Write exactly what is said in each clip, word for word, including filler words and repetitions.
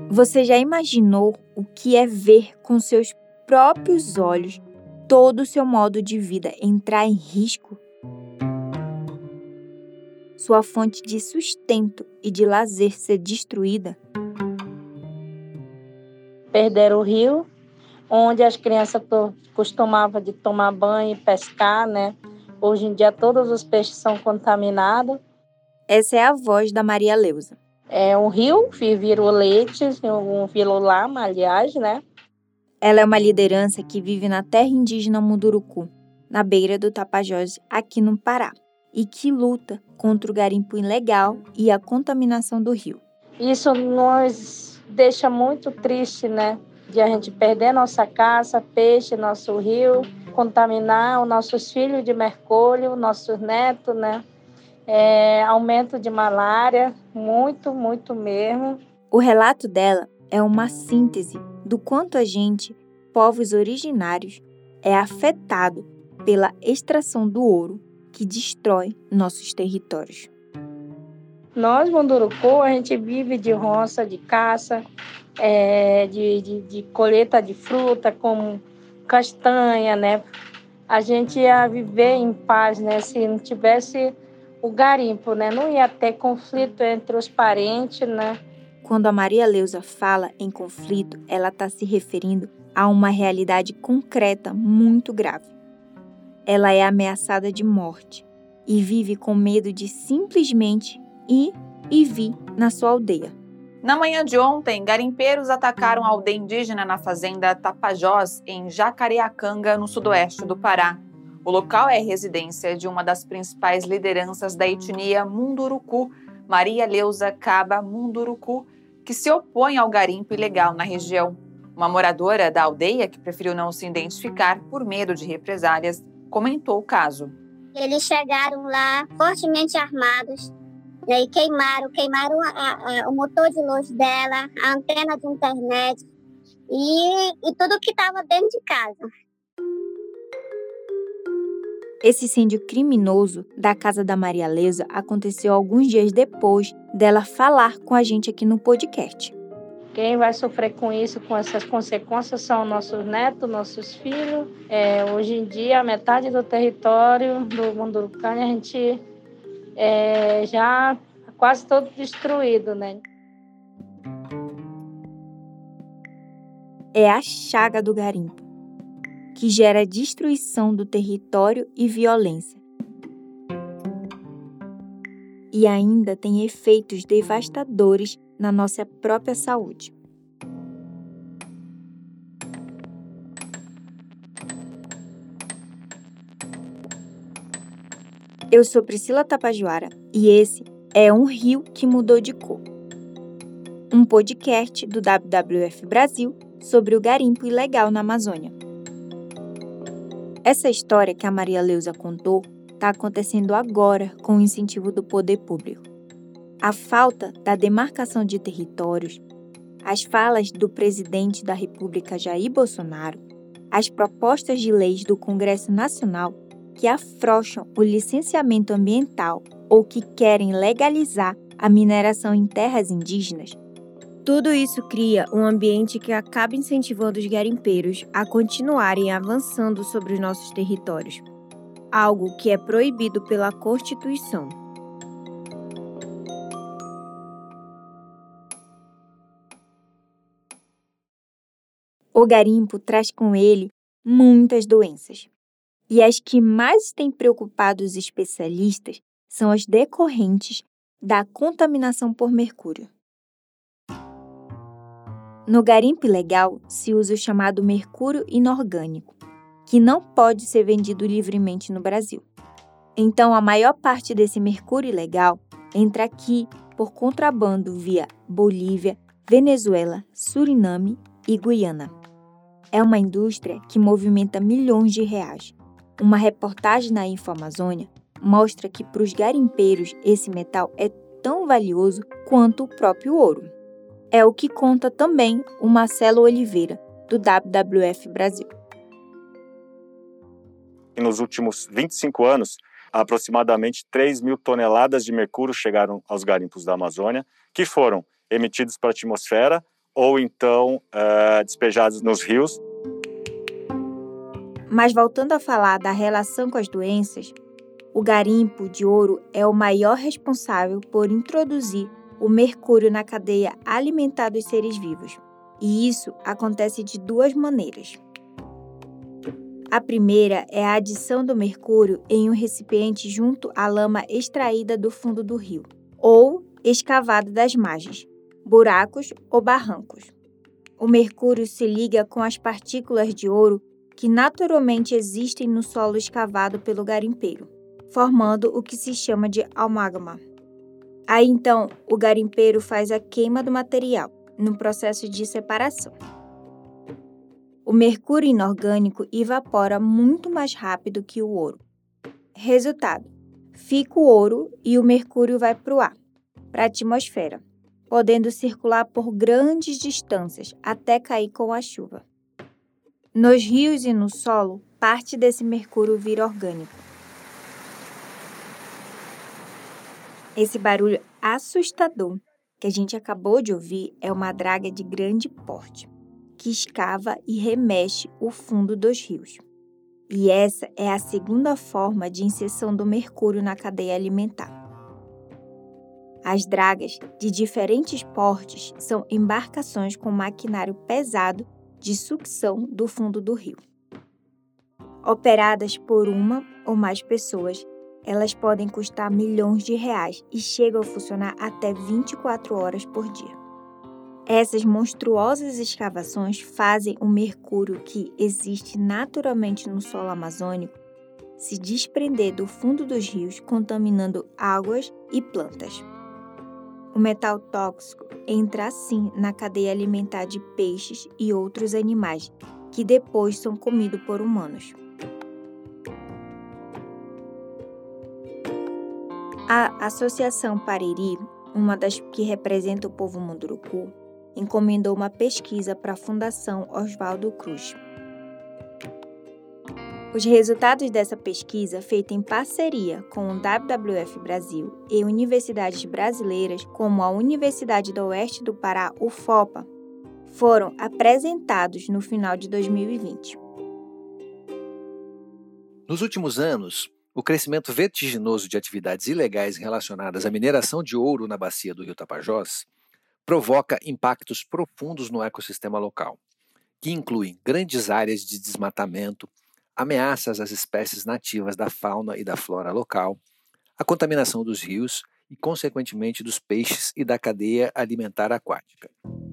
Você já imaginou o que é ver com seus próprios olhos todo o seu modo de vida entrar em risco? Sua fonte de sustento e de lazer ser destruída? Perderam o rio, onde as crianças to- costumavam de tomar banho e pescar, né? Hoje em dia todos os peixes são contaminados. Essa é a voz da Maria Leusa. É um rio, virou leite, um vilolama, aliás, né? Ela é uma liderança que vive na terra indígena Munduruku, na beira do Tapajós, aqui no Pará, e que luta contra o garimpo ilegal e a contaminação do rio. Isso nos deixa muito triste, né? De a gente perder nossa caça, peixe, nosso rio, contaminar os nossos filhos de mercúrio, nossos netos, né? É, aumento de malária, muito, muito mesmo. O relato dela é uma síntese do quanto a gente, povos originários, é afetado pela extração do ouro que destrói nossos territórios. Nós, Munduruku, a gente vive de roça, de caça, é, de, de, de colheita de fruta, como castanha, né? A gente ia viver em paz, né? Se não tivesse o garimpo, né? Não ia ter conflito entre os parentes, né? Quando a Maria Leusa fala em conflito, ela está se referindo a uma realidade concreta muito grave. Ela é ameaçada de morte e vive com medo de simplesmente ir e vir na sua aldeia. Na manhã de ontem, garimpeiros atacaram a aldeia indígena na fazenda Tapajós, em Jacareacanga, no sudoeste do Pará. O local é residência de uma das principais lideranças da etnia Munduruku, Maria Leusa Caba Munduruku, que se opõe ao garimpo ilegal na região. Uma moradora da aldeia, que preferiu não se identificar por medo de represálias, comentou o caso. Eles chegaram lá fortemente armados, né, e queimaram, queimaram a, a, o motor de luz dela, a antena de internet e, e tudo que estava dentro de casa. Esse incêndio criminoso da casa da Maria Leusa aconteceu alguns dias depois dela falar com a gente aqui no podcast. Quem vai sofrer com isso, com essas consequências, são nossos netos, nossos filhos. É, hoje em dia, a metade do território do Mundurucânia, a gente é, já quase todo destruído, né? É a chaga do garimpo, que gera destruição do território e violência. E ainda tem efeitos devastadores na nossa própria saúde. Eu sou Priscila Tapajoara e esse é Um Rio que Mudou de Cor, um podcast do W W F Brasil sobre o garimpo ilegal na Amazônia. Essa história que a Maria Leusa contou está acontecendo agora com o incentivo do poder público. A falta da demarcação de territórios, as falas do presidente da República Jair Bolsonaro, as propostas de leis do Congresso Nacional que afrouxam o licenciamento ambiental ou que querem legalizar a mineração em terras indígenas, tudo isso cria um ambiente que acaba incentivando os garimpeiros a continuarem avançando sobre os nossos territórios, algo que é proibido pela Constituição. O garimpo traz com ele muitas doenças. E as que mais têm preocupado os especialistas são as decorrentes da contaminação por mercúrio. No garimpo ilegal se usa o chamado mercúrio inorgânico, que não pode ser vendido livremente no Brasil. Então, a maior parte desse mercúrio ilegal entra aqui por contrabando via Bolívia, Venezuela, Suriname e Guiana. É uma indústria que movimenta milhões de reais. Uma reportagem na InfoAmazônia mostra que para os garimpeiros esse metal é tão valioso quanto o próprio ouro. É o que conta também o Marcelo Oliveira, do W W F Brasil. Nos últimos vinte e cinco anos, aproximadamente três mil toneladas de mercúrio chegaram aos garimpos da Amazônia, que foram emitidos para a atmosfera ou então uh, despejados nos rios. Mas voltando a falar da relação com as doenças, o garimpo de ouro é o maior responsável por introduzir o mercúrio na cadeia alimentar dos seres vivos. E isso acontece de duas maneiras. A primeira é a adição do mercúrio em um recipiente junto à lama extraída do fundo do rio, ou escavada das margens, buracos ou barrancos. O mercúrio se liga com as partículas de ouro que naturalmente existem no solo escavado pelo garimpeiro, formando o que se chama de amálgama. Aí então, o garimpeiro faz a queima do material, no processo de separação. O mercúrio inorgânico evapora muito mais rápido que o ouro. Resultado: fica o ouro e o mercúrio vai para o ar, para a atmosfera, podendo circular por grandes distâncias até cair com a chuva. Nos rios e no solo, parte desse mercúrio vira orgânico. Esse barulho assustador que a gente acabou de ouvir é uma draga de grande porte, que escava e remexe o fundo dos rios. E essa é a segunda forma de inserção do mercúrio na cadeia alimentar. As dragas, de diferentes portes, são embarcações com maquinário pesado de sucção do fundo do rio. Operadas por uma ou mais pessoas, elas podem custar milhões de reais e chegam a funcionar até vinte e quatro horas por dia. Essas monstruosas escavações fazem o mercúrio que existe naturalmente no solo amazônico se desprender do fundo dos rios, contaminando águas e plantas. O metal tóxico entra assim na cadeia alimentar de peixes e outros animais, que depois são comidos por humanos. A Associação Pariri, uma das que representa o povo Munduruku, encomendou uma pesquisa para a Fundação Oswaldo Cruz. Os resultados dessa pesquisa, feita em parceria com o W W F Brasil e universidades brasileiras, como a Universidade do Oeste do Pará, U F O P A, foram apresentados no final de dois mil e vinte. Nos últimos anos, o crescimento vertiginoso de atividades ilegais relacionadas à mineração de ouro na bacia do rio Tapajós provoca impactos profundos no ecossistema local, que incluem grandes áreas de desmatamento, ameaças às espécies nativas da fauna e da flora local, a contaminação dos rios e, consequentemente, dos peixes e da cadeia alimentar aquática.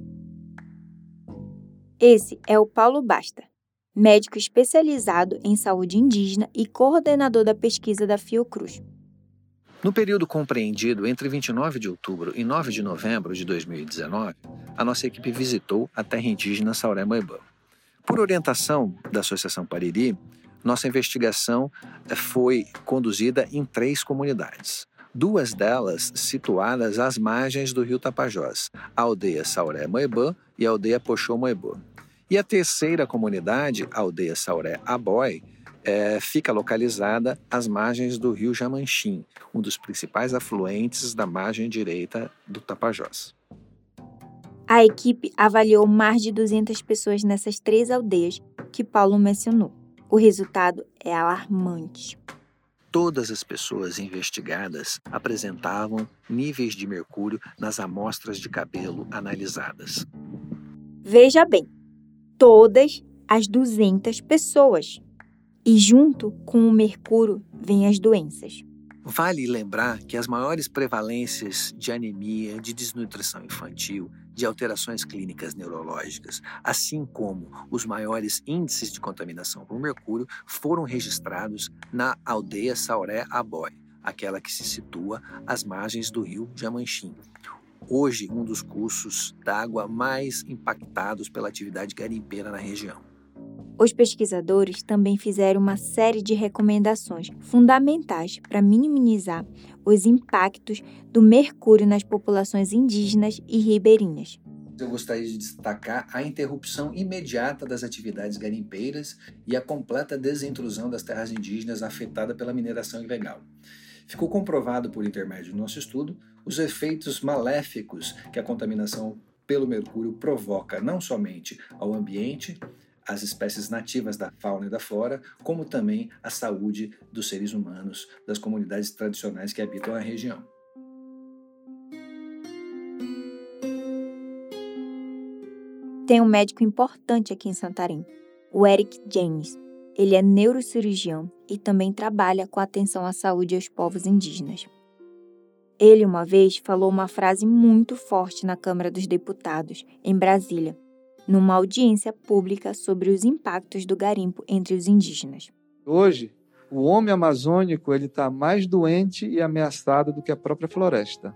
Esse é o Paulo Basta, médico especializado em saúde indígena e coordenador da pesquisa da Fiocruz. No período compreendido entre vinte e nove de outubro e nove de novembro de dois mil e dezenove, a nossa equipe visitou a terra indígena Sauré-Moibã. Por orientação da Associação Pariri, nossa investigação foi conduzida em três comunidades. Duas delas situadas às margens do rio Tapajós, a aldeia Sauré-Moibã e a aldeia Poxô-Moibã. E a terceira comunidade, a aldeia Sauré-Abói, é, fica localizada às margens do rio Jamanchim, um dos principais afluentes da margem direita do Tapajós. A equipe avaliou mais de duzentas pessoas nessas três aldeias que Paulo mencionou. O resultado é alarmante. Todas as pessoas investigadas apresentavam níveis de mercúrio nas amostras de cabelo analisadas. Veja bem, todas as duzentas pessoas. E junto com o mercúrio vêm as doenças. Vale lembrar que as maiores prevalências de anemia, de desnutrição infantil, de alterações clínicas neurológicas, assim como os maiores índices de contaminação por mercúrio, foram registrados na aldeia Sauré-Abói, aquela que se situa às margens do rio Jamanchim. Hoje, um dos cursos d'água mais impactados pela atividade garimpeira na região. Os pesquisadores também fizeram uma série de recomendações fundamentais para minimizar os impactos do mercúrio nas populações indígenas e ribeirinhas. Eu gostaria de destacar a interrupção imediata das atividades garimpeiras e a completa desintrusão das terras indígenas afetadas pela mineração ilegal. Ficou comprovado por intermédio do nosso estudo os efeitos maléficos que a contaminação pelo mercúrio provoca não somente ao ambiente, as espécies nativas da fauna e da flora, como também a saúde dos seres humanos, das comunidades tradicionais que habitam a região. Tem um médico importante aqui em Santarém, o Eric James. Ele é neurocirurgião e também trabalha com atenção à saúde aos povos indígenas. Ele, uma vez, falou uma frase muito forte na Câmara dos Deputados, em Brasília, numa audiência pública sobre os impactos do garimpo entre os indígenas. Hoje, o homem amazônico ele está mais doente e ameaçado do que a própria floresta.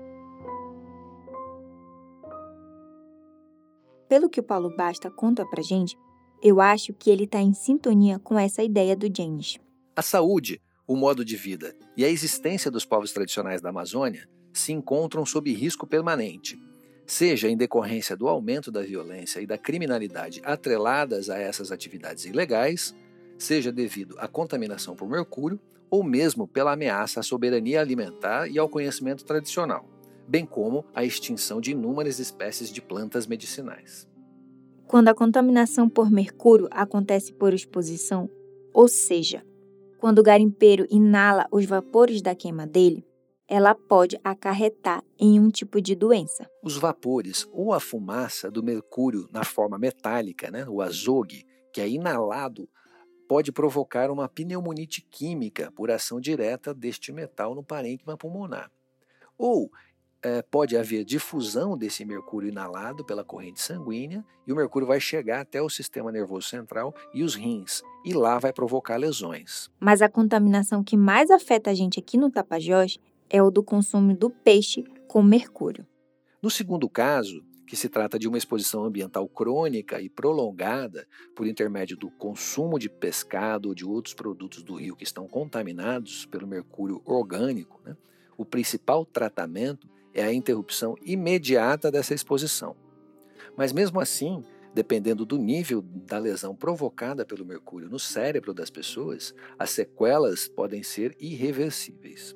Pelo que o Paulo Basta conta pra gente, eu acho que ele está em sintonia com essa ideia do James. A saúde, o modo de vida e a existência dos povos tradicionais da Amazônia se encontram sob risco permanente, seja em decorrência do aumento da violência e da criminalidade atreladas a essas atividades ilegais, seja devido à contaminação por mercúrio ou mesmo pela ameaça à soberania alimentar e ao conhecimento tradicional, bem como a extinção de inúmeras espécies de plantas medicinais. Quando a contaminação por mercúrio acontece por exposição, ou seja, quando o garimpeiro inala os vapores da queima dele, ela pode acarretar em um tipo de doença. Os vapores ou a fumaça do mercúrio na forma metálica, né, o azogue, que é inalado, pode provocar uma pneumonite química por ação direta deste metal no parênquima pulmonar. Ou É, pode haver difusão desse mercúrio inalado pela corrente sanguínea e o mercúrio vai chegar até o sistema nervoso central e os rins, e lá vai provocar lesões. Mas a contaminação que mais afeta a gente aqui no Tapajós é o do consumo do peixe com mercúrio. No segundo caso, que se trata de uma exposição ambiental crônica e prolongada por intermédio do consumo de pescado ou de outros produtos do rio que estão contaminados pelo mercúrio orgânico, né, o principal tratamento é a interrupção imediata dessa exposição. Mas mesmo assim, dependendo do nível da lesão provocada pelo mercúrio no cérebro das pessoas, as sequelas podem ser irreversíveis.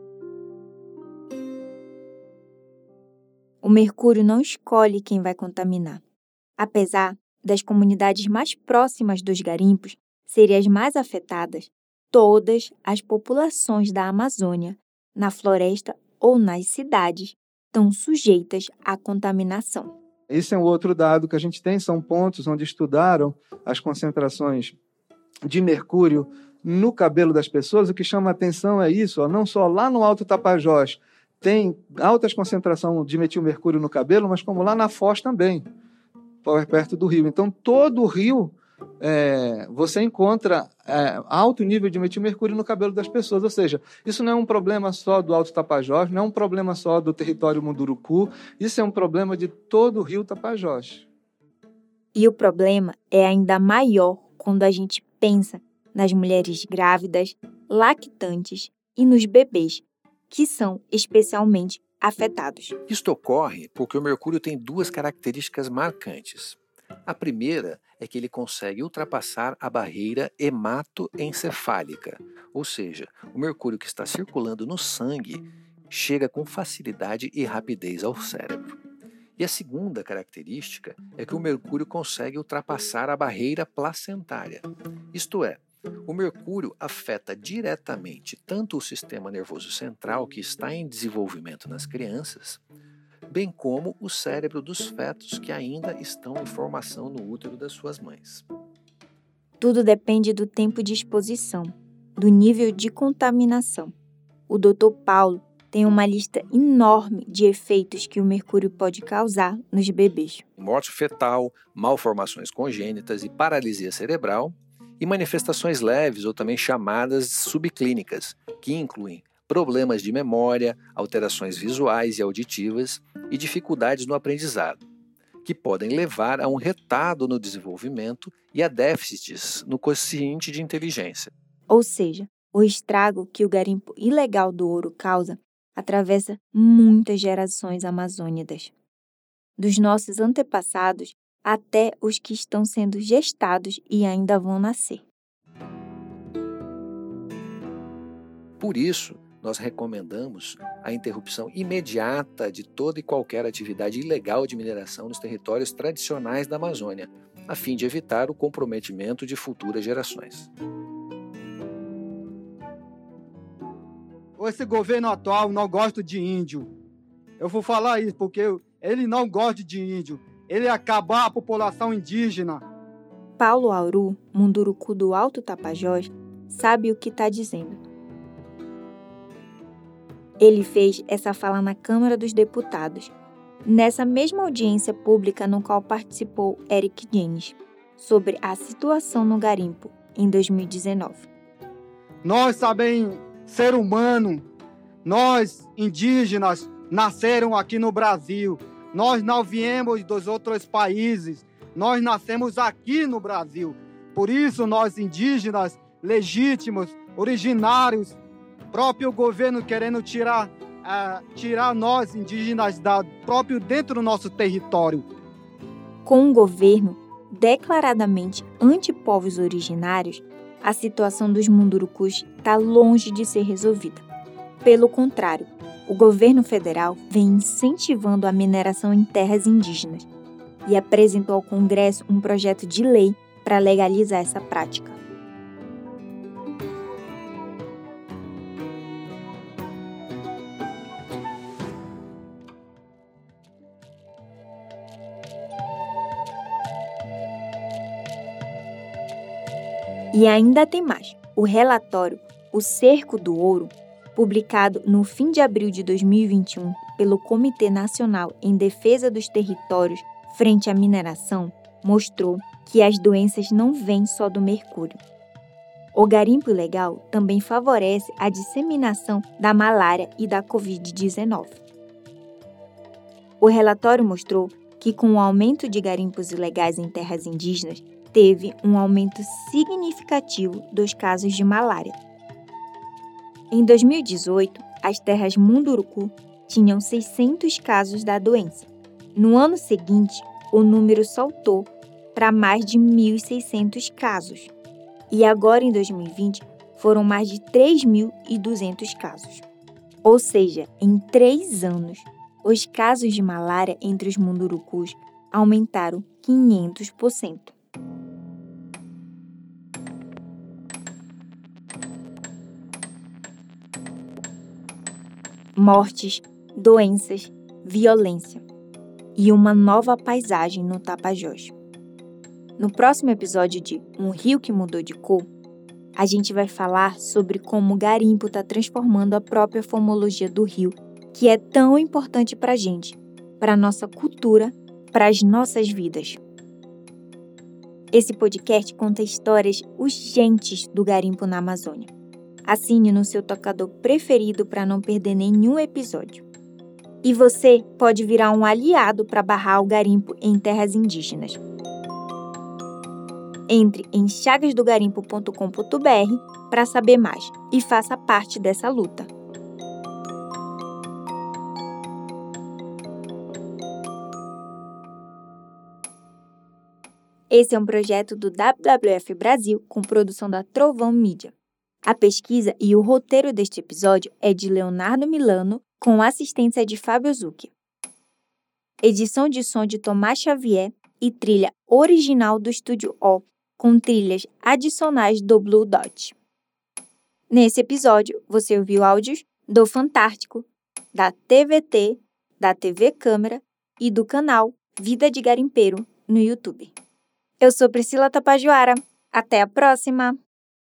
O mercúrio não escolhe quem vai contaminar. Apesar das comunidades mais próximas dos garimpos serem as mais afetadas, todas as populações da Amazônia, na floresta ou nas cidades, estão sujeitas à contaminação. Esse é um outro dado que a gente tem, são pontos onde estudaram as concentrações de mercúrio no cabelo das pessoas. O que chama a atenção é isso, ó, não só lá no Alto Tapajós tem altas concentrações de metilmercúrio no cabelo, mas como lá na Foz também, perto do rio. Então, todo o rio, é, você encontra é, alto nível de metilmercúrio no cabelo das pessoas. Ou seja, isso não é um problema só do Alto Tapajós, não é um problema só do território Munduruku, isso é um problema de todo o rio Tapajós. E o problema é ainda maior quando a gente pensa nas mulheres grávidas, lactantes e nos bebês, que são especialmente afetados. Isto ocorre porque o mercúrio tem duas características marcantes. A primeira é que ele consegue ultrapassar a barreira hematoencefálica, ou seja, o mercúrio que está circulando no sangue chega com facilidade e rapidez ao cérebro. E a segunda característica é que o mercúrio consegue ultrapassar a barreira placentária, isto é, o mercúrio afeta diretamente tanto o sistema nervoso central, que está em desenvolvimento nas crianças, bem como o cérebro dos fetos que ainda estão em formação no útero das suas mães. Tudo depende do tempo de exposição, do nível de contaminação. O doutor Paulo tem uma lista enorme de efeitos que o mercúrio pode causar nos bebês. Morte fetal, malformações congênitas e paralisia cerebral, e manifestações leves ou também chamadas subclínicas, que incluem problemas de memória, alterações visuais e auditivas e dificuldades no aprendizado, que podem levar a um retardo no desenvolvimento e a déficits no quociente de inteligência. Ou seja, o estrago que o garimpo ilegal do ouro causa atravessa muitas gerações amazônicas, dos nossos antepassados até os que estão sendo gestados e ainda vão nascer. Por isso, nós recomendamos a interrupção imediata de toda e qualquer atividade ilegal de mineração nos territórios tradicionais da Amazônia, a fim de evitar o comprometimento de futuras gerações. Esse governo atual não gosta de índio. Eu vou falar isso porque ele não gosta de índio. Ele ia acabar a população indígena. Paulo Auru, Munduruku do Alto Tapajós, sabe o que está dizendo. Ele fez essa fala na Câmara dos Deputados, nessa mesma audiência pública no qual participou Eric Janes, sobre a situação no garimpo em dois mil e dezenove. Nós sabemos ser humano, nós indígenas nasceram aqui no Brasil, nós não viemos dos outros países, nós nascemos aqui no Brasil. Por isso nós indígenas, legítimos, originários, próprio governo querendo tirar, uh, tirar nós indígenas da, próprio dentro do nosso território. Com um governo declaradamente anti-povos originários, a situação dos mundurucus está longe de ser resolvida. Pelo contrário, o governo federal vem incentivando a mineração em terras indígenas e apresentou ao Congresso um projeto de lei para legalizar essa prática. E ainda tem mais. O relatório O Cerco do Ouro, publicado no fim de abril de dois mil e vinte e um pelo Comitê Nacional em Defesa dos Territórios frente à Mineração, mostrou que as doenças não vêm só do mercúrio. O garimpo ilegal também favorece a disseminação da malária e da covid dezenove. O relatório mostrou que, com o aumento de garimpos ilegais em terras indígenas, teve um aumento significativo dos casos de malária. Em dois mil e dezoito, as terras Munduruku tinham seiscentos casos da doença. No ano seguinte, o número saltou para mais de mil e seiscentos casos. E agora, em dois mil e vinte, foram mais de três mil e duzentos casos. Ou seja, em três anos, os casos de malária entre os mundurucus aumentaram quinhentos por cento. Mortes, doenças, violência e uma nova paisagem no Tapajós. No próximo episódio de Um Rio que Mudou de Cor, a gente vai falar sobre como o garimpo está transformando a própria formologia do rio, que é tão importante para a gente, para a nossa cultura, para as nossas vidas. Esse podcast conta histórias urgentes do garimpo na Amazônia. Assine no seu tocador preferido para não perder nenhum episódio. E você pode virar um aliado para barrar o garimpo em terras indígenas. Entre em chagas do garimpo ponto com ponto b r para saber mais e faça parte dessa luta. Esse é um projeto do W W F Brasil com produção da Trovão Mídia. A pesquisa e o roteiro deste episódio é de Leonardo Milano, com assistência de Fábio Zucchi. Edição de som de Tomás Xavier e trilha original do Estúdio O, com trilhas adicionais do Blue Dot. Nesse episódio, você ouviu áudios do Fantártico, da T V T, da T V Câmara e do canal Vida de Garimpeiro no YouTube. Eu sou Priscila Tapajoara. Até a próxima!